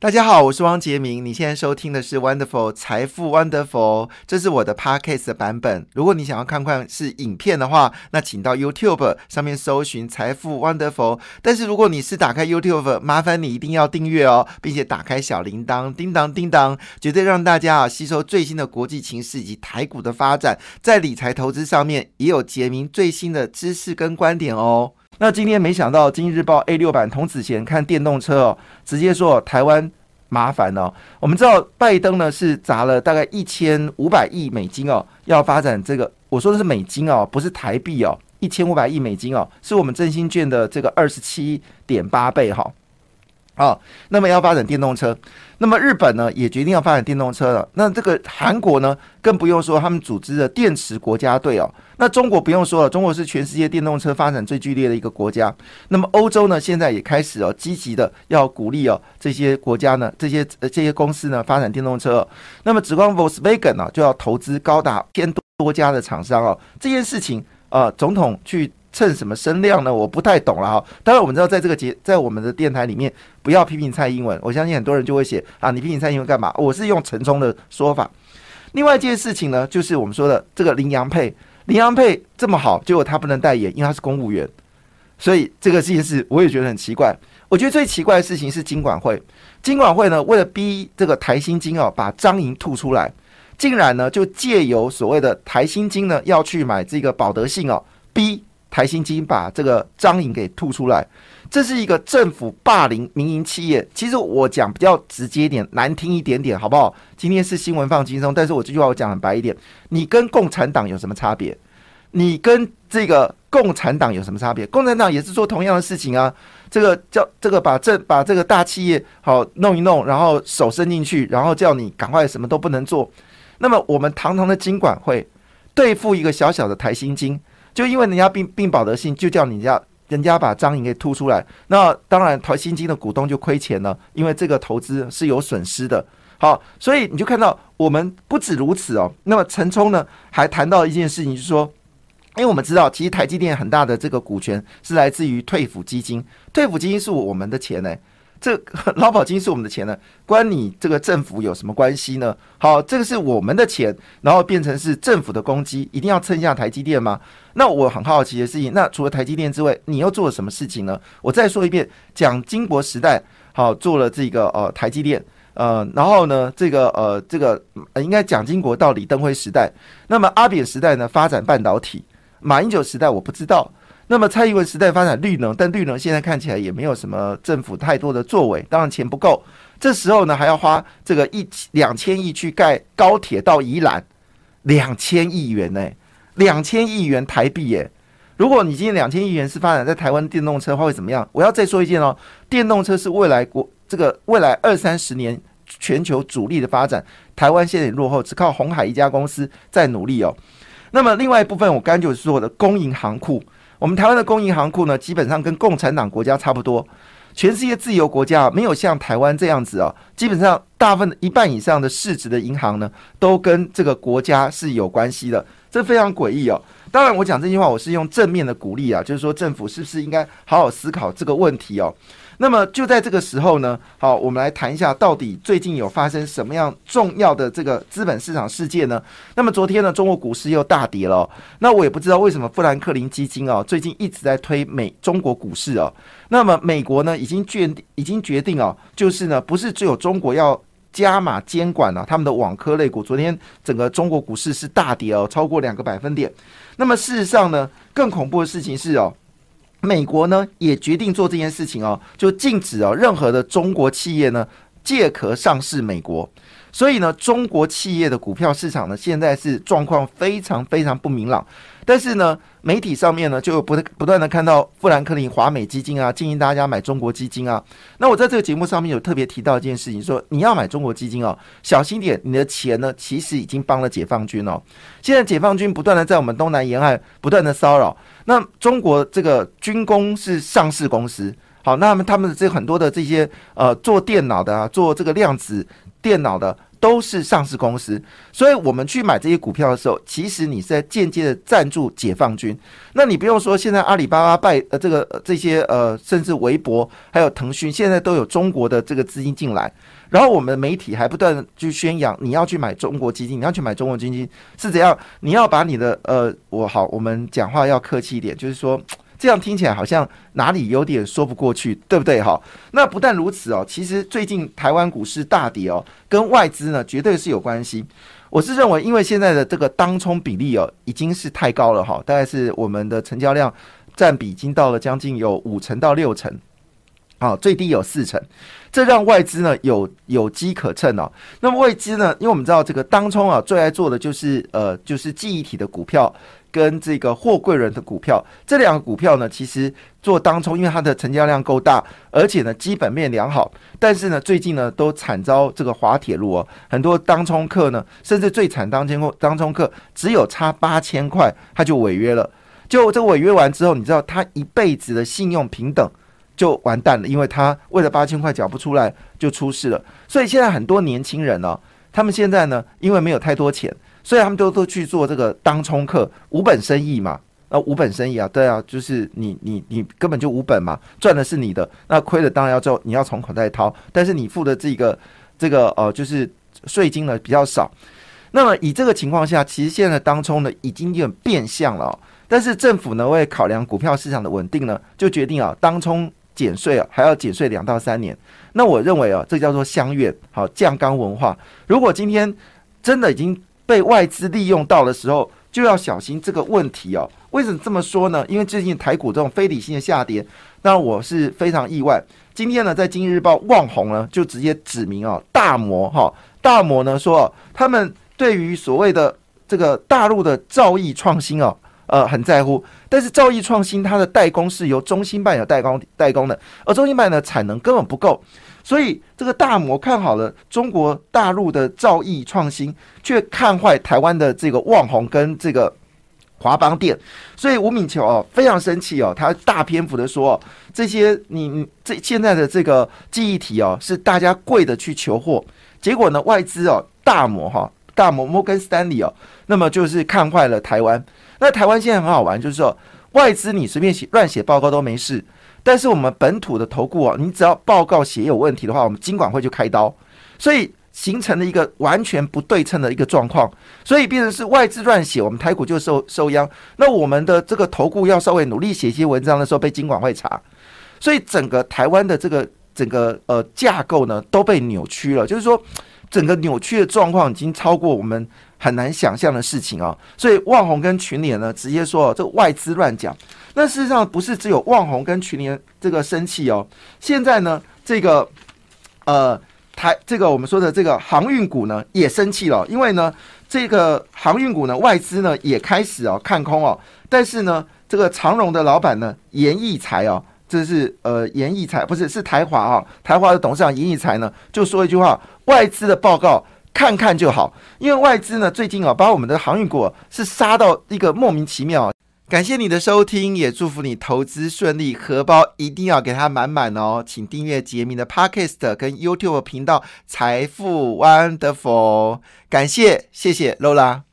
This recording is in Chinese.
大家好，我是汪杰明，你现在收听的是 Wonderful 财富 Wonderful， 这是我的 Podcast 的版本。如果你想要看看是影片的话，那请到 YouTube 上面搜寻财富 Wonderful。但是如果你是打开 YouTube， 麻烦你一定要订阅哦，并且打开小铃铛，叮当叮当，绝对让大家吸收最新的国际情势以及台股的发展，在理财投资上面也有杰明最新的知识跟观点哦。那今天没想到经济日报 A6 版童子贤看电动车哦，直接说台湾麻烦哦。我们知道拜登呢是砸了大概1500亿美金哦，要发展这个，我说的是美金哦，不是台币哦，1500亿美金哦，是我们振兴券的这个27.8倍哈。那么要发展电动车，那么日本呢也决定要发展电动车了。那这个韩国呢更不用说，他们组织了电池国家队哦。那中国不用说了，中国是全世界电动车发展最剧烈的一个国家。那么欧洲呢现在也开始积极的要鼓励这些国家呢这些公司呢发展电动车。那么只光 Volkswagen 就要投资高达1000多家的厂商这件事情总统去蹭什么声量呢？我不太懂了哈。当然我们知道在我们的电台里面不要批评蔡英文，我相信很多人就会写你批评蔡英文干嘛？我是用陈冲的说法。另外一件事情呢，就是我们说的这个林洋配这么好，结果他不能代言，因为他是公务员，所以这个件事我也觉得很奇怪。我觉得最奇怪的事情是金管会呢，为了逼这个台新金把张营吐出来，竟然呢就借由所谓的台新金呢要去买这个保德信逼台新金把这个张营给吐出来，这是一个政府霸凌民营企业。其实我讲比较直接一点，难听一点点，好不好？今天是新闻放轻松，但是我这句话我讲很白一点，你跟共产党有什么差别？你跟这个共产党有什么差别？共产党也是做同样的事情啊，这个把这个大企业好弄一弄，然后手伸进去，然后叫你赶快什么都不能做。那么我们堂堂的金管会对付一个小小的台新金，就因为人家并保德信，就叫人家把张营给吐出来，那当然台新金的股东就亏钱了，因为这个投资是有损失的。好，所以你就看到我们不止如此那么陈冲呢还谈到一件事情，就是说，因为我们知道其实台积电很大的这个股权是来自于退辅基金，退辅基金是我们的钱这劳保金是我们的钱呢，关你这个政府有什么关系呢？好，这个是我们的钱，然后变成是政府的公积，一定要蹭一下台积电吗？那我很好奇的事情，那除了台积电之外，你又做了什么事情呢？我再说一遍，蒋经国时代好做了这个台积电，然后呢这个应该蒋经国到李登辉时代，那么阿扁时代呢发展半导体，马英九时代我不知道。那么蔡英文时代发展绿能，但绿能现在看起来也没有什么政府太多的作为，当然钱不够。这时候呢，还要花这个2000亿去盖高铁到宜兰，2000亿元2000亿元台币如果你今天2000亿元是发展在台湾电动车的话，会怎么样？我要再说一件电动车是未来20-30年全球主力的发展，台湾现在也落后，只靠鸿海一家公司在努力那么另外一部分，我刚刚就是说的公营行库。我们台湾的公营行库呢，基本上跟共产党国家差不多。全世界自由国家没有像台湾这样子基本上大部分一半以上的市值的银行呢，都跟这个国家是有关系的，这非常诡异当然，我讲这句话我是用正面的鼓励就是说政府是不是应该好好思考这个问题那么就在这个时候呢，好，我们来谈一下到底最近有发生什么样重要的这个资本市场事件呢？那么昨天呢，中国股市又大跌了那我也不知道为什么富兰克林基金最近一直在推中国股市那么美国呢已经决定就是呢不是只有中国要加码监管他们的网科类股，昨天整个中国股市是大跌超过2个百分点。那么事实上呢，更恐怖的事情是美国呢也决定做这件事情就禁止任何的中国企业呢借壳上市美国。所以呢，中国企业的股票市场呢现在是状况非常非常不明朗。但是呢，媒体上面呢就不断的看到富兰克林华美基金建议大家买中国基金那我在这个节目上面有特别提到一件事情，说你要买中国基金小心点，你的钱呢其实已经帮了解放军现在解放军不断的在我们东南沿岸不断的骚扰。那中国这个军工是上市公司，好，那他们这很多的这些做电脑的做这个量子电脑的都是上市公司，所以我们去买这些股票的时候，其实你是在间接的赞助解放军。那你不用说，现在阿里巴巴这些甚至微博还有腾讯，现在都有中国的这个资金进来，然后我们媒体还不断的去宣扬你要去买中国基金，你要去买中国基金是怎样？你要把你的我们讲话要客气一点，就是说。这样听起来好像哪里有点说不过去，对不对？那不但如此其实最近台湾股市大跌跟外资呢绝对是有关系。我是认为，因为现在的这个当冲比例已经是太高了大概是我们的成交量占比已经到了将近有5%到6%。最低有4%，这让外资呢有机可乘那么外资呢，因为我们知道这个当冲最爱做的就是记忆体的股票跟这个货柜轮的股票，这两个股票呢，其实做当冲，因为它的成交量够大，而且呢基本面良好，但是呢最近呢都惨遭这个滑铁卢很多当冲客呢，甚至最惨当冲客只有差8000块他就违约了，就这个违约完之后，你知道他一辈子的信用平等就完蛋了，因为他为了8000块缴不出来就出事了。所以现在很多年轻人他们现在呢，因为没有太多钱，所以他们都去做这个当冲客，无本生意嘛。无本生意对啊，就是你根本就无本嘛，赚的是你的，那亏了当然你要从口袋掏，但是你付的这个就是税金呢比较少。那么以这个情况下，其实现在的当冲呢已经有点变相了但是政府呢为考量股票市场的稳定呢，就决定当冲减税还要减税2到3年。那我认为这叫做乡愿降纲文化。如果今天真的已经被外资利用到的时候，就要小心这个问题为什么这么说呢？因为最近台股这种非理性的下跌，当然我是非常意外。今天呢，在今日日报旺宏呢就直接指明大摩呢说他们对于所谓的这个大陆的造诣创新很在乎，但是造诣创新它的代工是由中兴办有代工的，而中兴办的产能根本不够，所以这个大摩看好了中国大陆的造诣创新，却看坏台湾的这个旺宏跟这个华邦电。所以吴敏球非常生气他大篇幅的说这些这现在的这个记忆体是大家贵的去求货，结果呢外资大摩摩根斯丹利那么就是看坏了台湾。那台湾现在很好玩，就是说外资你随便乱写报告都没事，但是我们本土的投顾你只要报告写有问题的话，我们金管会就开刀，所以形成了一个完全不对称的一个状况，所以变成是外资乱写，我们台股就受殃。那我们的这个投顾要稍微努力写一些文章的时候，被金管会查，所以整个台湾的这个整个架构呢都被扭曲了，就是说整个扭曲的状况已经超过我们很难想象的事情所以旺宏跟群联呢直接说这个外资乱讲。那事实上不是只有旺宏跟群联这个生气现在呢这个这个我们说的这个航运股呢也生气了，因为呢这个航运股呢外资呢也开始看空但是呢这个长荣的老板呢严义才这是严义才不是台华台华的董事长严义才呢就说一句话，外资的报告看看就好，因为外资呢最近把我们的航运股是杀到一个莫名其妙。感谢你的收听，也祝福你投资顺利，荷包一定要给它满满请订阅杰明的 Podcast 跟 YouTube 频道财富 Wonderful。 谢谢 Lola。